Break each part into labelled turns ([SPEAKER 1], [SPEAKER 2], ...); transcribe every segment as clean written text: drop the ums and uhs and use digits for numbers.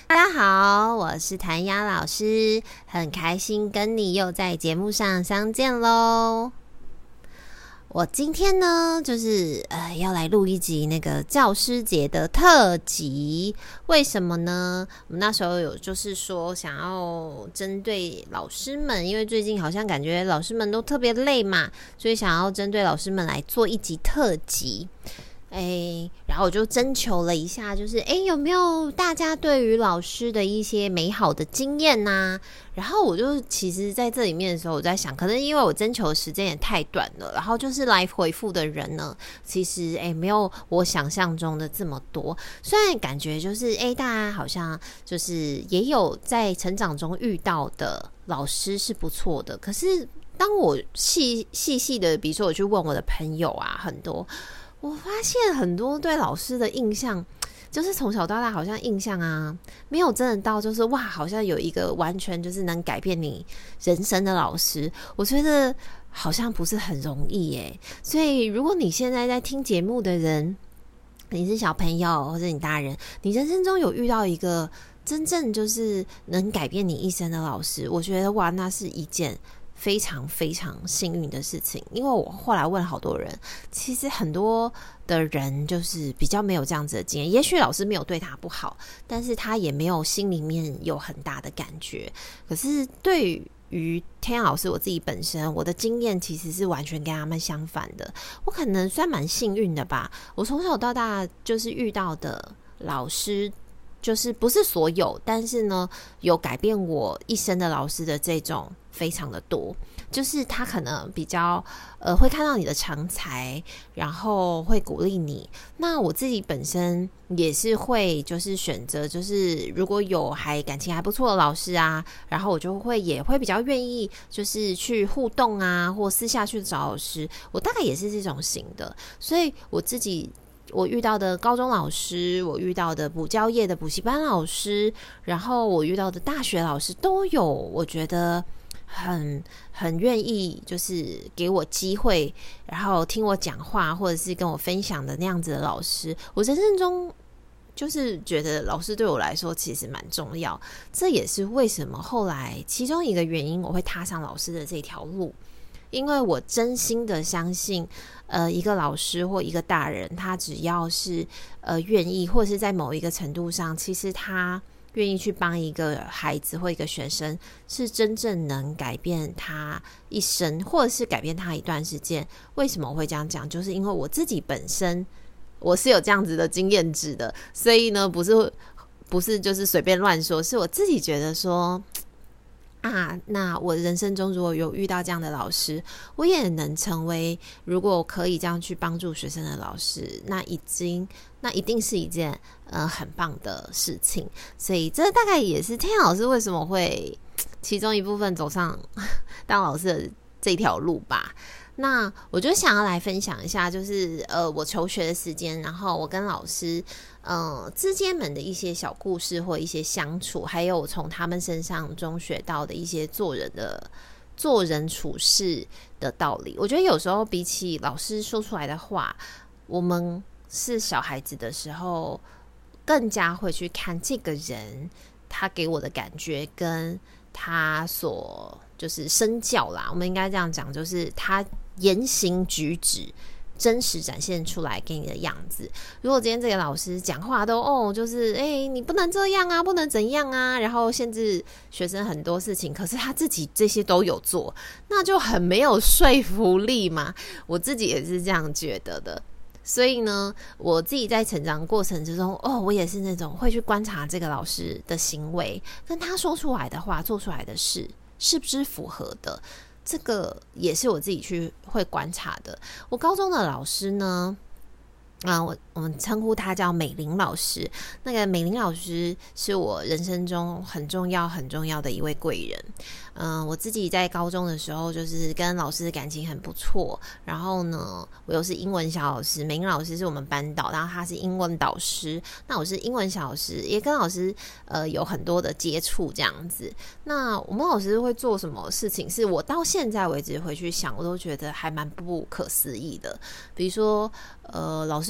[SPEAKER 1] 大家好，我是谭雅老师，很开心跟你又在节目上相见咯。我今天呢，就是要来录一集那个教师节的特辑。为什么呢？我们那时候有就是说想要针对老师们，因为最近好像感觉老师们都特别累嘛，所以想要针对老师们来做一集特辑。然后我就征求了一下，就是有没有大家对于老师的一些美好的经验呐？然后我就其实在这里面的时候，我在想，可能因为我征求的时间也太短了，然后就是来回复的人呢，其实没有我想象中的这么多。虽然感觉就是大家好像就是也有在成长中遇到的老师是不错的，可是当我细的，比如说我去问我的朋友啊，很多。我发现很多对老师的印象，就是从小到大好像印象啊，没有真的到就是哇，好像有一个完全就是能改变你人生的老师，我觉得好像不是很容易耶。所以如果你现在在听节目的人，你是小朋友或者你大人，你人生中有遇到一个真正就是能改变你一生的老师，我觉得哇，那是一件非常非常幸运的事情。因为我后来问了好多人，其实很多的人就是比较没有这样子的经验，也许老师没有对他不好，但是他也没有心里面有很大的感觉。可是对于天老师我自己本身，我的经验其实是完全跟他们相反的。我可能算蛮幸运的吧，我从小到大就是遇到的老师，就是不是所有，但是呢有改变我一生的老师的这种非常的多。就是他可能比较会看到你的长才，然后会鼓励你。那我自己本身也是会就是选择，就是如果有感情还不错的老师啊，然后我就也会比较愿意就是去互动啊，或私下去找老师，我大概也是这种型的。所以我遇到的高中老师，我遇到的补教业的补习班老师，然后我遇到的大学老师都有，我觉得很愿意就是给我机会，然后听我讲话，或者是跟我分享的那样子的老师。我人生中就是觉得老师对我来说其实蛮重要，这也是为什么后来其中一个原因我会踏上老师的这条路。因为我真心的相信一个老师或一个大人，他只要是愿意，或者是在某一个程度上，其实他愿意去帮一个孩子或一个学生，是真正能改变他一生，或者是改变他一段时间。为什么我会这样讲？就是因为我自己本身我是有这样子的经验值的，所以呢不是就是随便乱说，是我自己觉得说那我人生中如果有遇到这样的老师，我也能成为如果可以这样去帮助学生的老师，那一定是一件很棒的事情。所以这大概也是天老师为什么会其中一部分走上当老师的这条路吧。那我就想要来分享一下，就是我求学的时间，然后我跟老师之间们的一些小故事或一些相处，还有从他们身上中学到的一些做人处事的道理。我觉得有时候比起老师说出来的话，我们是小孩子的时候更加会去看这个人他给我的感觉跟他所就是身教啦，我们应该这样讲，就是他言行举止真实展现出来给你的样子。如果今天这个老师讲话都就是你不能这样啊，不能怎样啊，然后限制学生很多事情，可是他自己这些都有做，那就很没有说服力嘛。我自己也是这样觉得的。所以呢，我自己在成长过程之中我也是那种会去观察这个老师的行为跟他说出来的话做出来的事是不是符合的，这个也是我自己去会观察的。我高中的老师呢我们称呼他叫美玲老师。那个美玲老师是我人生中很重要很重要的一位贵人。我自己在高中的时候就是跟老师的感情很不错，然后呢我又是英文小老师，美玲老师是我们班导，然后他是英文导师，那我是英文小老师，也跟老师有很多的接触这样子。那我们老师会做什么事情是我到现在为止回去想我都觉得还蛮不可思议的。比如说老师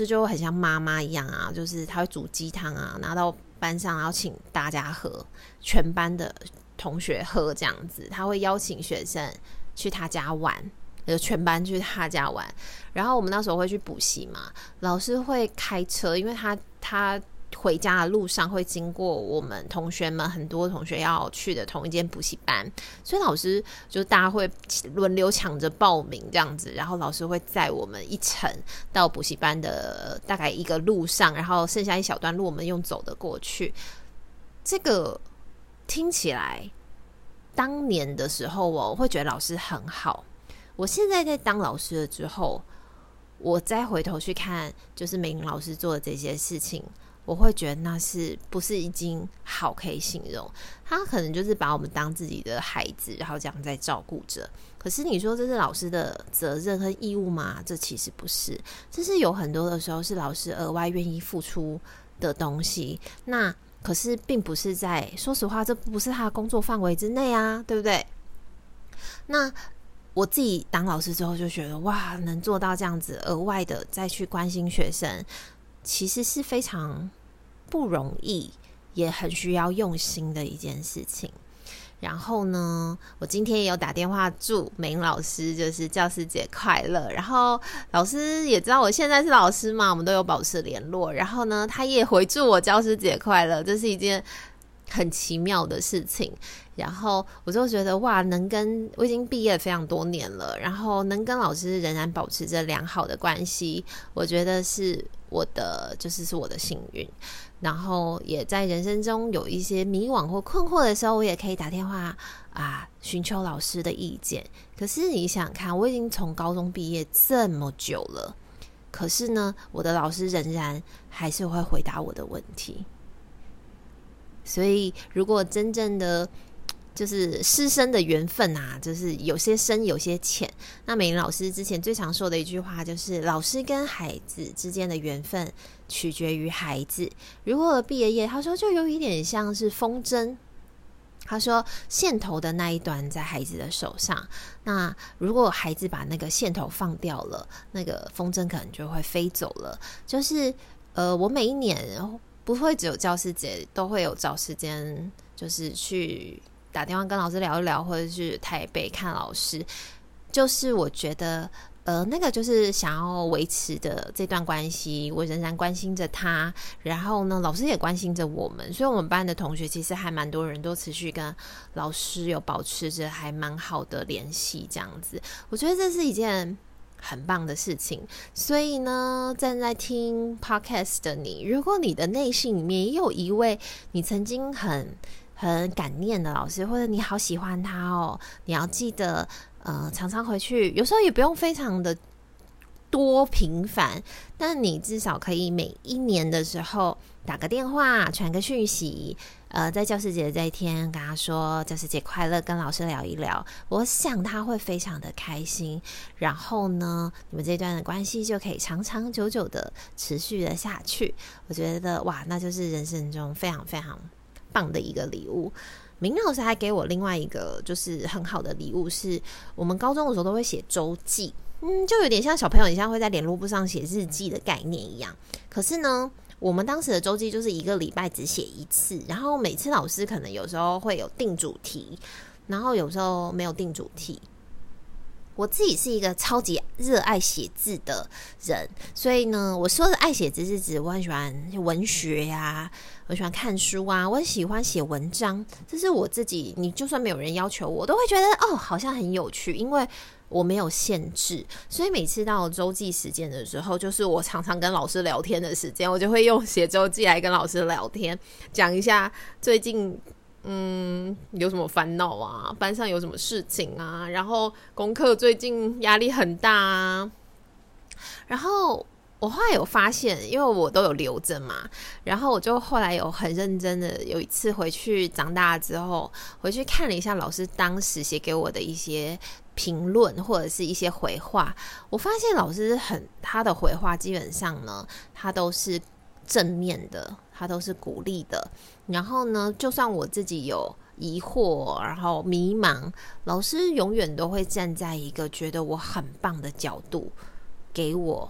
[SPEAKER 1] 师就很像妈妈一样啊，就是他会煮鸡汤啊，拿到班上然后请大家喝，全班的同学喝这样子。他会邀请学生去他家玩，全班去他家玩。然后我们那时候会去补习嘛，老师会开车，因为他回家的路上会经过我们同学们很多同学要去的同一间补习班，所以老师就大家会轮流抢着报名这样子，然后老师会载我们一程到补习班的大概一个路上，然后剩下一小段路我们用走的过去。这个听起来当年的时候我会觉得老师很好，我现在在当老师了之后，我再回头去看就是美玲老师做的这些事情，我会觉得那是不是已经好可以形容，他可能就是把我们当自己的孩子，然后这样在照顾着。可是你说这是老师的责任和义务吗？这其实不是，这是有很多的时候是老师额外愿意付出的东西，那可是并不是在，说实话这不是他的工作范围之内啊，对不对？那我自己当老师之后就觉得，哇，能做到这样子额外的再去关心学生，其实是非常不容易，也很需要用心的一件事情。然后呢，我今天也有打电话祝美玲老师就是教师节快乐，然后老师也知道我现在是老师嘛，我们都有保持联络，然后呢他也回祝我教师节快乐，这是一件很奇妙的事情。然后我就觉得哇，我已经毕业非常多年了，然后能跟老师仍然保持着良好的关系，我觉得是我的幸运。然后也在人生中有一些迷惘或困惑的时候，我也可以打电话寻求老师的意见。可是你想想看，我已经从高中毕业这么久了，可是呢我的老师仍然还是会回答我的问题。所以如果真正的就是师生的缘分就是有些深有些浅，那美玲老师之前最常说的一句话就是老师跟孩子之间的缘分取决于孩子。如果毕业夜，他说就有一点像是风筝，他说线头的那一端在孩子的手上，那如果孩子把那个线头放掉了，那个风筝可能就会飞走了。就是我每一年不会只有教师节，都会有找时间就是去打电话跟老师聊一聊，或者是台北看老师。就是我觉得那个就是想要维持的这段关系，我仍然关心着他，然后呢老师也关心着我们，所以我们班的同学其实还蛮多人都持续跟老师有保持着还蛮好的联系这样子。我觉得这是一件很棒的事情。所以呢，正在听 podcast 的你，如果你的内心里面也有一位你曾经很感念的老师，或者你好喜欢他哦，你要记得常常回去，有时候也不用非常的多频繁，但你至少可以每一年的时候打个电话，传个讯息，在教师节这一天跟他说教师节快乐，跟老师聊一聊，我想他会非常的开心。然后呢，你们这段的关系就可以长长久久的持续的下去。我觉得哇，那就是人生中非常非常棒的一个礼物。明老师还给我另外一个就是很好的礼物，是我们高中的时候都会写周记，就有点像小朋友你现在会在联络簿上写日记的概念一样。可是呢，我们当时的周记就是一个礼拜只写一次，然后每次老师可能有时候会有定主题，然后有时候没有定主题。我自己是一个超级热爱写字的人，所以呢，我说的爱写字是指我很喜欢文学呀，我喜欢看书啊，我很喜欢写文章，这是我自己，你就算没有人要求我，都会觉得好像很有趣，因为我没有限制。所以每次到周记时间的时候，就是我常常跟老师聊天的时间，我就会用写周记来跟老师聊天，讲一下最近有什么烦恼啊，班上有什么事情啊，然后功课最近压力很大啊。然后我后来有发现，因为我都有留着嘛，然后我就后来有很认真的有一次回去长大之后回去看了一下老师当时写给我的一些评论或者是一些回话，我发现老师他的回话基本上呢，他都是正面的，他都是鼓励的。然后呢，就算我自己有疑惑然后迷茫，老师永远都会站在一个觉得我很棒的角度给我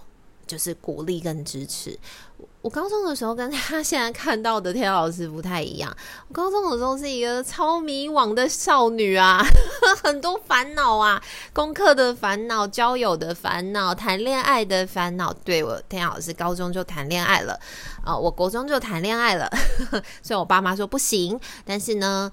[SPEAKER 1] 就是鼓励跟支持。我高中的时候跟他现在看到的天老师不太一样，我高中的时候是一个超迷惘的少女啊很多烦恼啊，功课的烦恼，交友的烦恼，谈恋爱的烦恼。对，我天老师高中就谈恋爱了我国中就谈恋爱了所以我爸妈说不行，但是呢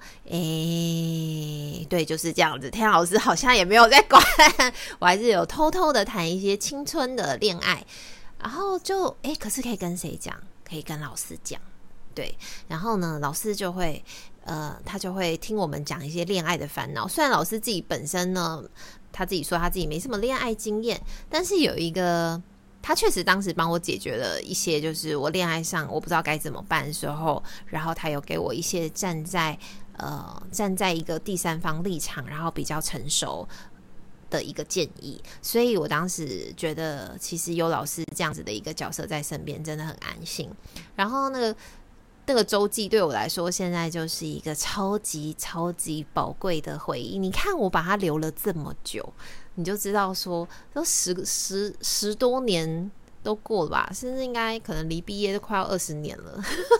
[SPEAKER 1] 对，就是这样子，天老师好像也没有在管我还是有偷偷的谈一些青春的恋爱，然后就可是可以跟谁讲？可以跟老师讲，对。然后呢，老师就会他就会听我们讲一些恋爱的烦恼。虽然老师自己本身呢，他自己说他自己没什么恋爱经验，但是有一个他确实当时帮我解决了一些，就是我恋爱上我不知道该怎么办的时候，然后他有给我一些站在一个第三方立场，然后比较成熟的一个建议。所以我当时觉得其实有老师这样子的一个角色在身边真的很安心。然后那个周记对我来说现在就是一个超级超级宝贵的回忆。你看我把它留了这么久，你就知道说都十多年都过了吧，甚至应该可能离毕业都快要20年了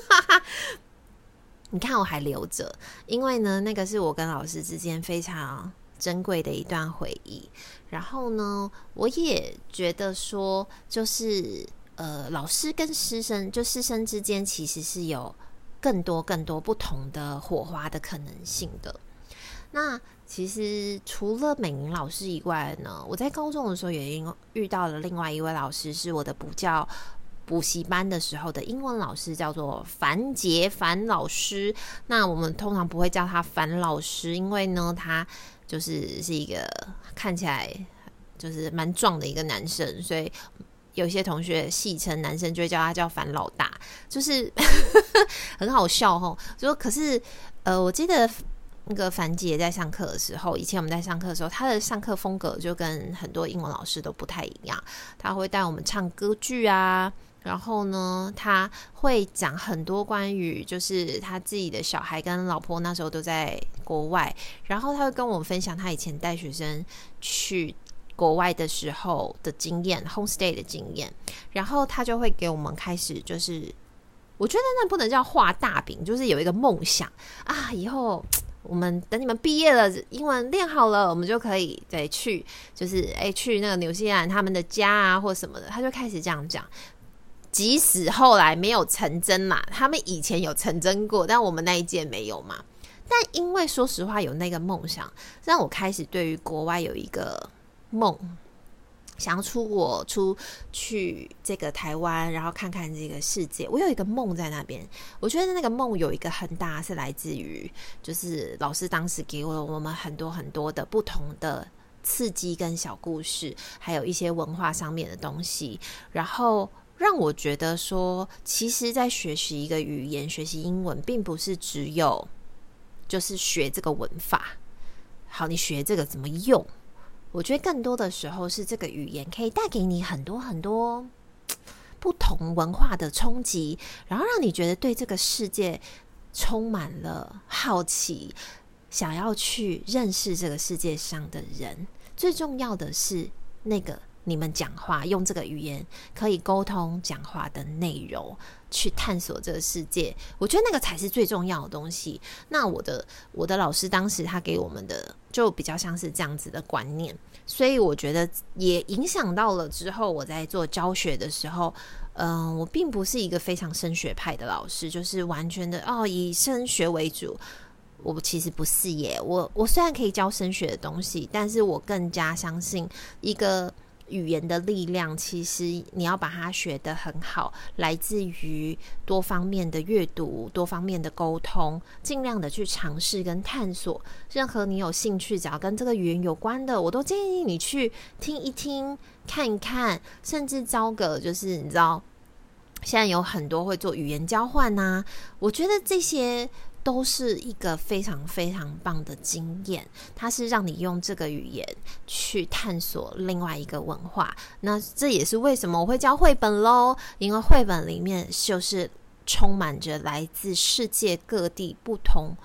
[SPEAKER 1] 你看我还留着，因为呢那个是我跟老师之间非常珍贵的一段回忆。然后呢我也觉得说就是老师跟师生，就师生之间其实是有更多不同的火花的可能性的。那其实除了美玲老师以外呢，我在高中的时候也遇到了另外一位老师，是我的补习班的时候的英文老师，叫做樊杰樊老师。那我们通常不会叫他樊老师，因为呢他是一个看起来就是蛮壮的一个男生，所以有些同学戏称男生就会叫他叫樊老大，就是很好笑齁。就可是我记得那个樊姐在上课的时候，以前我们在上课的时候，她的上课风格就跟很多英文老师都不太一样。她会带我们唱歌剧啊，然后呢他会讲很多关于就是他自己的小孩跟老婆那时候都在国外，然后他会跟我们分享他以前带学生去国外的时候的经验， homestay 的经验。然后他就会给我们开始就是我觉得那不能叫画大饼，就是有一个梦想啊，以后我们等你们毕业了，英文练好了，我们就可以对去就是去那个纽西兰他们的家啊或什么的。他就开始这样讲，即使后来没有成真嘛，他们以前有成真过，但我们那一届没有嘛。但因为说实话有那个梦想，让我开始对于国外有一个梦，想要出国去这个台湾，然后看看这个世界。我有一个梦在那边，我觉得那个梦有一个很大是来自于就是老师当时给我们很多很多的不同的刺激跟小故事，还有一些文化上面的东西，然后让我觉得说其实在学习一个语言，学习英文并不是只有就是学这个文法，好，你学这个怎么用，我觉得更多的时候是这个语言可以带给你很多很多不同文化的冲击，然后让你觉得对这个世界充满了好奇，想要去认识这个世界上的人。最重要的是那个你们讲话用这个语言可以沟通讲话的内容，去探索这个世界，我觉得那个才是最重要的东西。那我的老师当时他给我们的就比较像是这样子的观念，所以我觉得也影响到了之后我在做教学的时候，我并不是一个非常升学派的老师，就是完全的以升学为主。我其实不是耶，我虽然可以教升学的东西，但是我更加相信一个语言的力量，其实你要把它学得很好，来自于多方面的阅读，多方面的沟通，尽量的去尝试跟探索。任何你有兴趣只要跟这个语言有关的，我都建议你去听一听看一看，甚至招个就是你知道现在有很多会做语言交换啊，我觉得这些都是一个非常非常棒的经验，它是让你用这个语言去探索另外一个文化。那这也是为什么我会教绘本咯，因为绘本里面就是充满着来自世界各地不同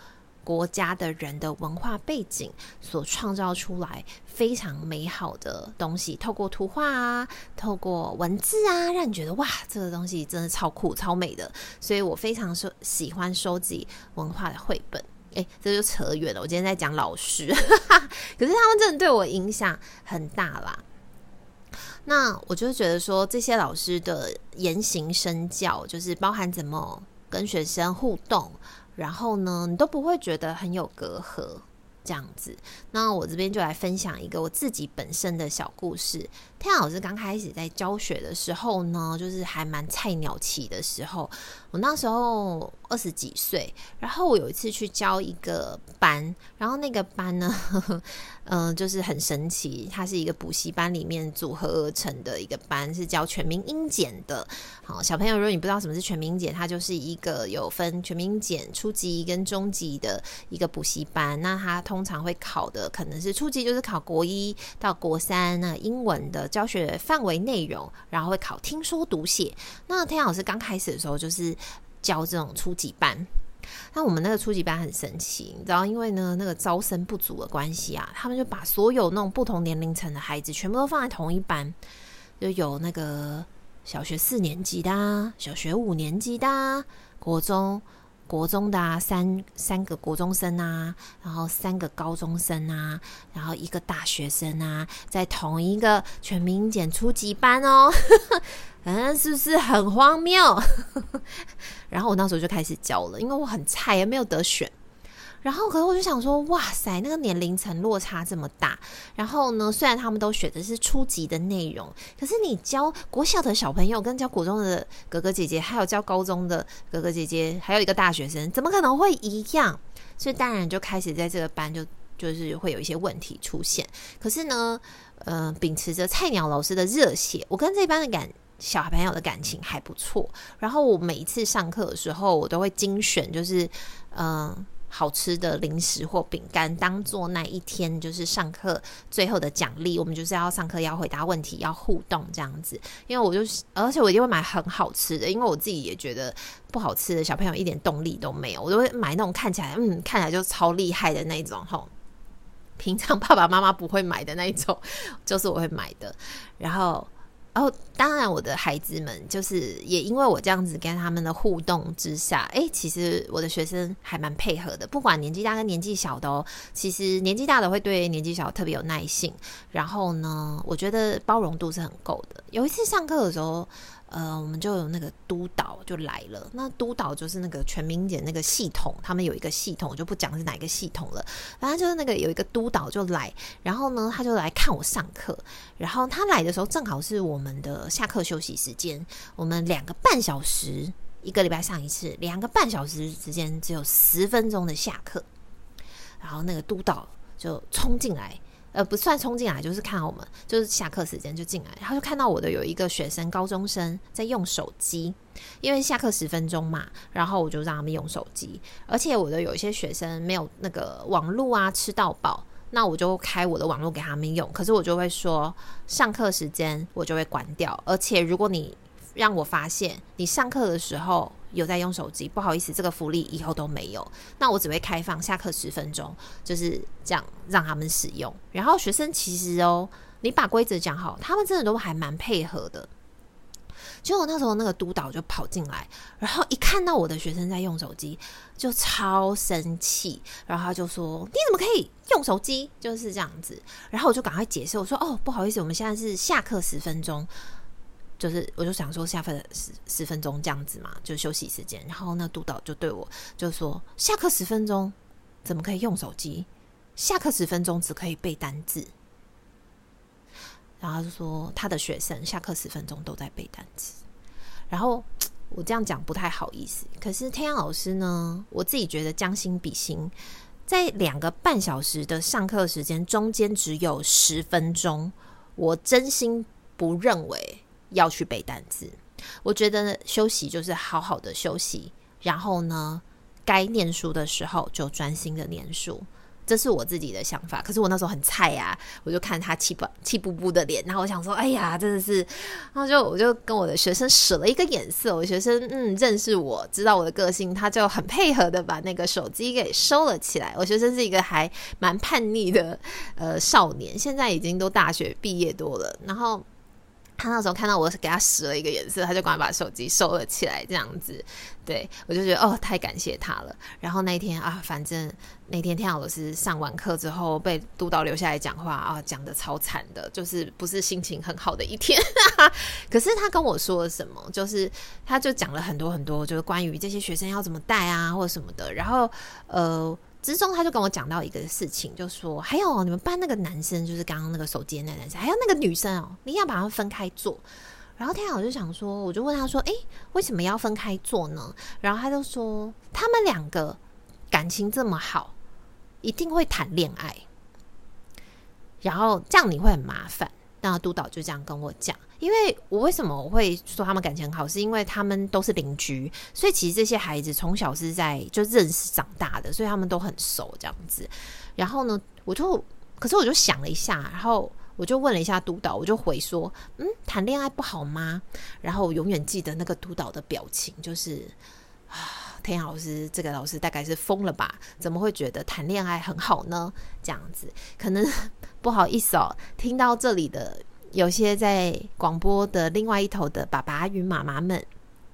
[SPEAKER 1] 国家的人的文化背景所创造出来非常美好的东西，透过图画啊，透过文字啊，让你觉得哇，这个东西真的超酷超美的。所以我非常喜欢收集文化的绘本。这就扯远了，我今天在讲老师可是他们真的对我影响很大啦。那我就觉得说，这些老师的言行身教，就是包含怎么跟学生互动，然后呢你都不会觉得很有隔阂这样子。那我这边就来分享一个我自己本身的小故事。天老师刚开始在教学的时候呢，就是还蛮菜鸟期的时候，我那时候20几岁，然后我有一次去教一个班，然后那个班呢就是很神奇，它是一个补习班里面组合而成的一个班，是教全民英检的。好，小朋友，如果你不知道什么是全民英检，它就是一个有分全民英检初级跟中级的一个补习班。那它通常会考的可能是初级，就是考国1到国3那英文的教学范围内容，然后会考听说读写。那天老师刚开始的时候就是教这种初级班。那我们那个初级班很神奇，你知道，因为呢那个招生不足的关系啊，他们就把所有那种不同年龄层的孩子全部都放在同一班，就有那个小学4年级的啊，小学5年级的啊，国中的啊，三个国中生啊，然后3个高中生啊，然后1个大学生啊，在同一个全民英检初级班哦是不是很荒谬然后我那时候就开始教了，因为我很菜也没有得选。然后可是我就想说，哇塞，那个年龄层落差这么大，然后呢虽然他们都选的是初级的内容，可是你教国小的小朋友跟教国中的哥哥姐姐，还有教高中的哥哥姐姐，还有1个大学生，怎么可能会一样？所以当然就开始在这个班就是会有一些问题出现。可是呢秉持着菜鸟老师的热血，我跟这班的小朋友的感情还不错。然后我每一次上课的时候，我都会精选就是好吃的零食或饼干当做那一天就是上课最后的奖励。我们就是要上课要回答问题要互动这样子。因为而且我一定会买很好吃的，因为我自己也觉得不好吃的小朋友一点动力都没有，我都会买那种看起来就超厉害的那一种平常爸爸妈妈不会买的那一种，就是我会买的。然后当然我的孩子们就是也因为我这样子跟他们的互动之下，其实我的学生还蛮配合的，不管年纪大跟年纪小的其实年纪大的会对年纪小特别有耐性，然后呢我觉得包容度是很够的。有一次上课的时候我们就有那个督导就来了。那督导就是那个全民英检那个系统，他们有一个系统，我就不讲是哪个系统了，反正就是那个有一个督导就来，然后呢他就来看我上课。然后他来的时候正好是我们的下课休息时间，我们2个半小时1个礼拜上一次，2个半小时之间只有10分钟的下课。然后那个督导就冲进来，不算冲进来，就是看我们就是下课时间就进来，他就看到我的有一个学生高中生在用手机，因为下课10分钟嘛，然后我就让他们用手机。而且我的有一些学生没有那个网络啊，吃到饱，那我就开我的网络给他们用，可是我就会说上课时间我就会关掉，而且如果你让我发现你上课的时候有在用手机，不好意思，这个福利以后都没有，那我只会开放下课10分钟，就是这样让他们使用。然后学生其实你把规则讲好，他们真的都还蛮配合的。结果那时候那个督导就跑进来，然后一看到我的学生在用手机就超生气，然后他就说你怎么可以用手机，就是这样子。然后我就赶快解释，我说不好意思，我们现在是下课10分钟，就是我就想说下课10分钟这样子嘛，就休息时间。然后那督导就对我就说下课10分钟怎么可以用手机，下课10分钟只可以背单字。然后他就说他的学生下课10分钟都在背单词。然后我这样讲不太好意思，可是天阳老师呢，我自己觉得将心比心，在2个半小时的上课时间中间只有10分钟，我真心不认为要去背单词。我觉得休息就是好好的休息，然后呢该念书的时候就专心的念书， 这是我自己的想法。可是我那时候很菜啊，我就看他气不不的脸，然后我想说哎呀真的是，然后我就跟我的学生使了一个眼色，我学生认识我知道我的个性，他就很配合的把那个手机给收了起来。我学生是一个还蛮叛逆的少年，现在已经都大学毕业多了，然后他那时候看到我给他使了一个眼色，他就赶快把手机收了起来，这样子。对，我就觉得太感谢他了。然后那一天反正那天天老师上完课之后被督导留下来讲话讲得超惨的，就是不是心情很好的一天可是他跟我说了什么，就是他就讲了很多很多，就是关于这些学生要怎么带啊或者什么的。然后之中他就跟我讲到一个事情，就说还有你们班那个男生，就是刚刚那个手机的那个男生，还有那个女生你要把他们分开坐。然后天啊，我就想说，我就问他说为什么要分开坐呢？然后他就说他们两个感情这么好，一定会谈恋爱，然后这样你会很麻烦。那督导就这样跟我讲，因为我为什么我会说他们感情很好，是因为他们都是邻居，所以其实这些孩子从小是在就认识长大的，所以他们都很熟这样子。然后呢，可是我就想了一下，然后我就问了一下督导，我就回说谈恋爱不好吗？然后我永远记得那个督导的表情，就是天老师这个老师大概是疯了吧，怎么会觉得谈恋爱很好呢？这样子可能不好意思听到这里的有些在广播的另外一头的爸爸与妈妈们，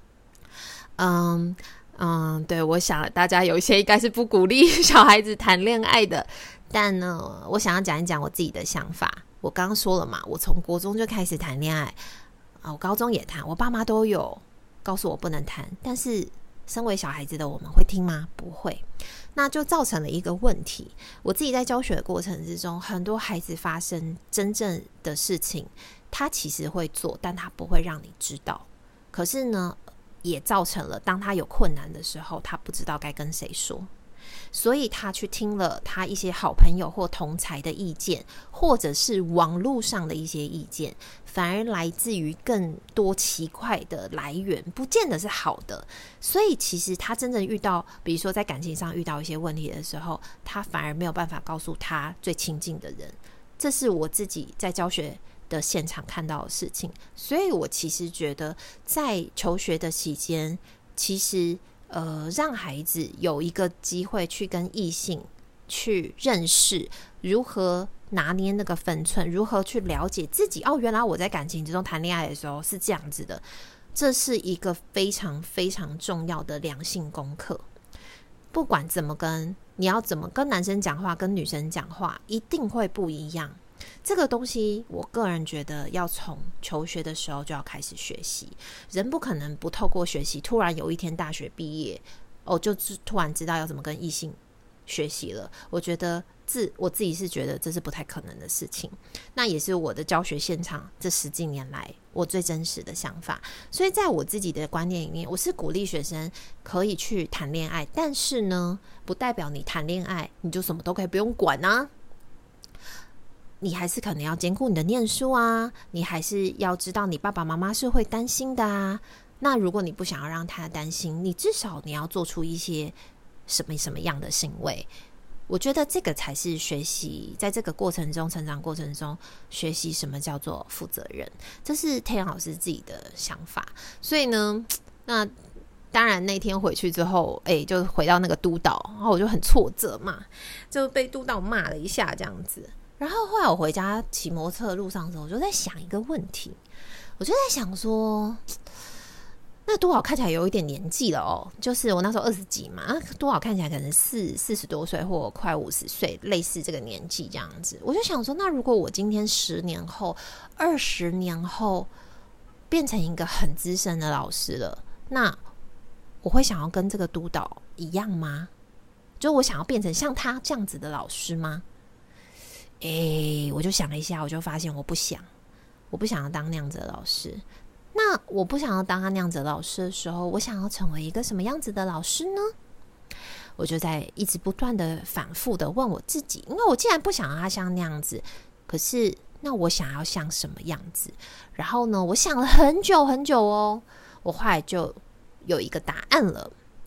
[SPEAKER 1] 对，我想大家有一些应该是不鼓励小孩子谈恋爱的，但呢我想要讲一讲我自己的想法。我刚刚说了嘛，我从国中就开始谈恋爱我高中也谈，我爸妈都有告诉我不能谈，但是身为小孩子的我们会听吗？不会。那就造成了一个问题，我自己在教学的过程之中，很多孩子发生真正的事情，他其实会做，但他不会让你知道。可是呢，也造成了当他有困难的时候，他不知道该跟谁说，所以他去听了他一些好朋友或同侪的意见，或者是网络上的一些意见，反而来自于更多奇怪的来源，不见得是好的。所以其实他真正遇到比如说在感情上遇到一些问题的时候，他反而没有办法告诉他最亲近的人。这是我自己在教学的现场看到的事情。所以我其实觉得在求学的期间，其实让孩子有一个机会去跟异性去认识，如何拿捏那个分寸，如何去了解自己原来我在感情之中谈恋爱的时候是这样子的，这是一个非常非常重要的良性功课。不管怎么你要怎么跟男生讲话跟女生讲话，一定会不一样。这个东西我个人觉得要从求学的时候就要开始学习，人不可能不透过学习突然有一天大学毕业就突然知道要怎么跟异性学习了。我觉得我自己是觉得这是不太可能的事情，那也是我的教学现场这10几年来我最真实的想法。所以在我自己的观念里面，我是鼓励学生可以去谈恋爱，但是呢不代表你谈恋爱你就什么都可以不用管啊，你还是可能要兼顾你的念书啊，你还是要知道你爸爸妈妈是会担心的啊。那如果你不想要让他担心，你至少你要做出一些什么样的行为。我觉得这个才是学习，在这个过程中成长过程中学习什么叫做负责任，这是태阳老师自己的想法。所以呢，那当然那天回去之后就回到那个督导，然后我就很挫折嘛，就被督导骂了一下这样子。然后后来我回家骑摩托车的路上的时候，我就在想一个问题，我就在想说，那督导看起来有一点年纪了就是我那时候20几嘛，督导看起来可能40多岁或快50岁，类似这个年纪这样子。我就想说，那如果我今天10年后20年后变成一个很资深的老师了，那我会想要跟这个督导一样吗？就我想要变成像他这样子的老师吗？我就想了一下，我就发现我不想要当那样子的老师。那我不想要当他那样子的老师的时候，我想要成为一个什么样子的老师呢？我就在一直不断的反复的问我自己，因为我既然不想要他像那样子，可是那我想要像什么样子？然后呢，我想了很久很久我后来就有一个答案了。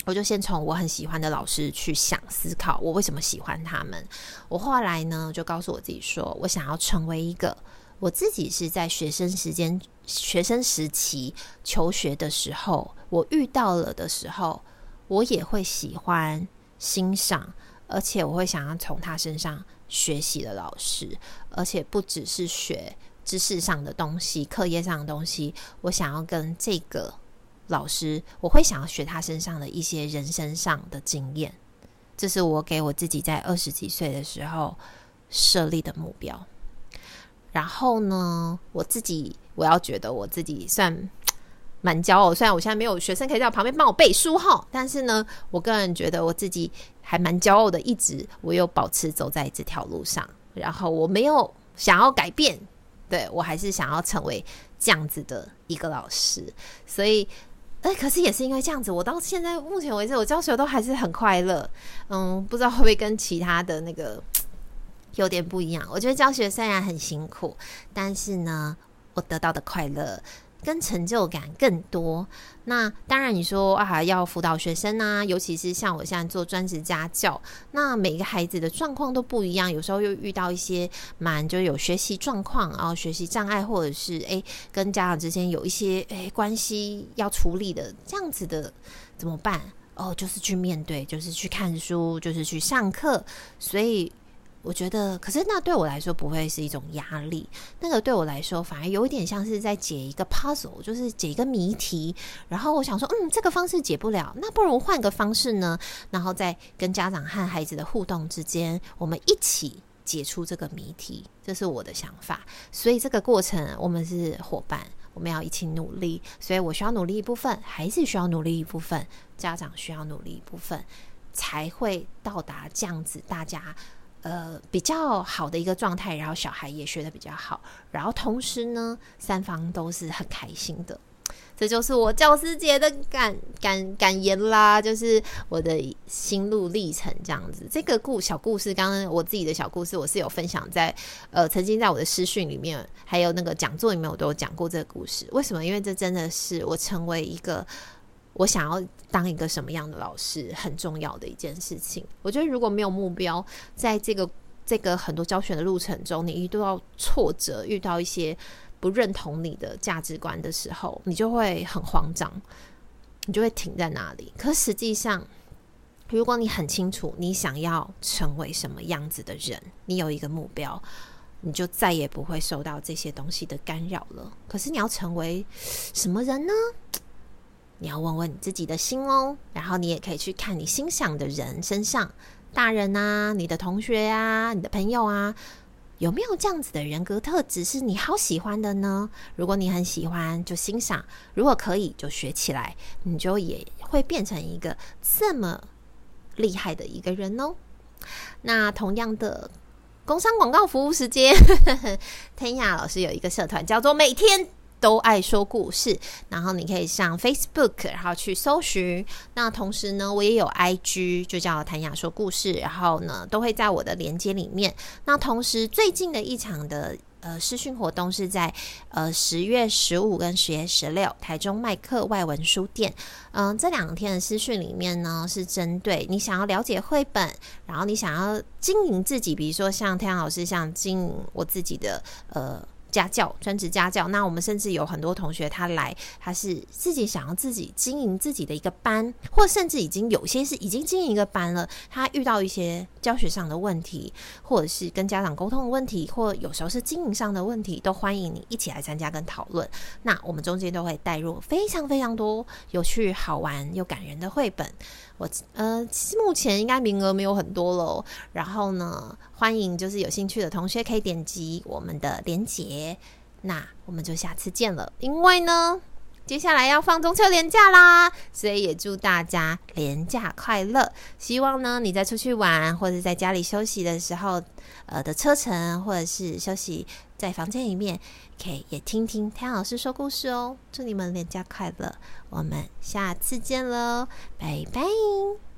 [SPEAKER 1] 我就先从我很喜欢的老师去想思考我为什么喜欢他们。我后来呢就告诉我自己说，我想要成为一个我自己是在学生时期求学的时候，我遇到了的时候，我也会喜欢欣赏，而且我会想要从他身上学习的老师，而且不只是学知识上的东西、课业上的东西，我想要跟这个老师，我会想要学他身上的一些人生上的经验。这是我给我自己在20几岁的时候设立的目标。然后呢，我要觉得我自己算蛮骄傲，虽然我现在没有学生可以在我旁边帮我背书齁，但是呢，我个人觉得我自己还蛮骄傲的，一直我有保持走在这条路上，然后我没有想要改变，对，我还是想要成为这样子的一个老师。所以可是也是因为这样子，我到现在目前为止我教学都还是很快乐。不知道会不会跟其他的那个有点不一样。我觉得教学虽然很辛苦，但是呢我得到的快乐跟成就感更多。那当然你说要辅导学生啊，尤其是像我现在做专职家教，那每个孩子的状况都不一样，有时候又遇到一些就有学习状况，然后学习障碍，或者是跟家长之间有一些关系要处理的，这样子的怎么办？就是去面对，就是去看书，就是去上课。所以我觉得，可是那对我来说不会是一种压力，那个对我来说反而有一点像是在解一个 puzzle， 就是解一个谜题。然后我想说，这个方式解不了，那不如换个方式呢？然后在跟家长和孩子的互动之间，我们一起解出这个谜题，这是我的想法。所以这个过程我们是伙伴，我们要一起努力。所以我需要努力一部分，孩子需要努力一部分，家长需要努力一部分，才会到达这样子大家比较好的一个状态，然后小孩也学得比较好，然后同时呢三方都是很开心的。这就是我教师节的感言啦，就是我的心路历程这样子。这个小故事，刚刚我自己的小故事，我是有分享在曾经在我的视讯里面，还有那个讲座里面，我都有讲过这个故事。为什么？因为这真的是我成为一个我想要当一个什么样的老师很重要的一件事情。我觉得如果没有目标，在这个很多教学的路程中，你遇到挫折，遇到一些不认同你的价值观的时候，你就会很慌张，你就会停在那里。可实际上如果你很清楚你想要成为什么样子的人，你有一个目标，你就再也不会受到这些东西的干扰了。可是你要成为什么人呢？你要问问你自己的心哦，然后你也可以去看你欣赏的人身上，大人啊，你的同学啊，你的朋友啊，有没有这样子的人格特质是你好喜欢的呢？如果你很喜欢就欣赏，如果可以就学起来，你就也会变成一个这么厉害的一个人哦。那同样的工商广告服务时间天雅老师有一个社团叫做每天都爱说故事，然后你可以上 Facebook 然后去搜寻。那同时呢我也有 IG 就叫谭雅说故事，然后呢都会在我的连接里面。那同时最近的一场的视讯活动是在10月15跟10月16台中麦克外文书店。这2天的视讯里面呢是针对你想要了解绘本，然后你想要经营自己，比如说像太阳老师像经营我自己的家教，专职家教。那我们甚至有很多同学他来，他是自己想要自己经营自己的一个班，或甚至有些是已经经营一个班了，他遇到一些教学上的问题，或者是跟家长沟通的问题，或有时候是经营上的问题，都欢迎你一起来参加跟讨论。那我们中间都会带入非常非常多有趣好玩又感人的绘本。我目前应该名额没有很多了，然后呢欢迎就是有兴趣的同学可以点击我们的连结。那我们就下次见了，因为呢接下来要放中秋连假啦，所以也祝大家连假快乐。希望呢你在出去玩或者在家里休息的时候的车程，或者是休息在房间里面，可以也听听太阳老师说故事哦。祝你们连假快乐，我们下次见咯，拜拜。